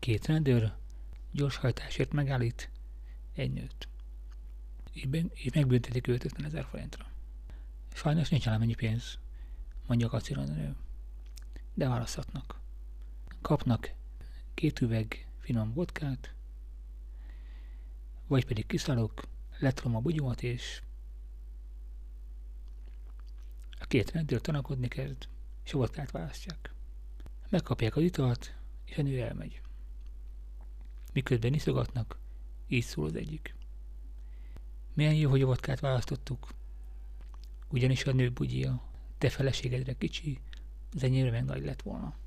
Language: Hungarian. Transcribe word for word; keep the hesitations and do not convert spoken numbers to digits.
Két rendőr gyorshajtásért megállít egy nőt. Így, így megbüntetik őt ötvenezer forintra. Sajnos nincs el mennyi pénz, mondja a kacéranő. De választhatnak. Kapnak két üveg finom vodkát, vagy pedig kiszállok, letolom a bugyumat, és a két rendőr tanakodni kezd, és a vodkát választják. Megkapják az italt, és a nő elmegy. Miközben iszogatnak, így szól az egyik. Milyen jó, hogy a vodkát választottuk, ugyanis a nő bugyja te feleségedre kicsi, az enyémre meg nagy lett volna.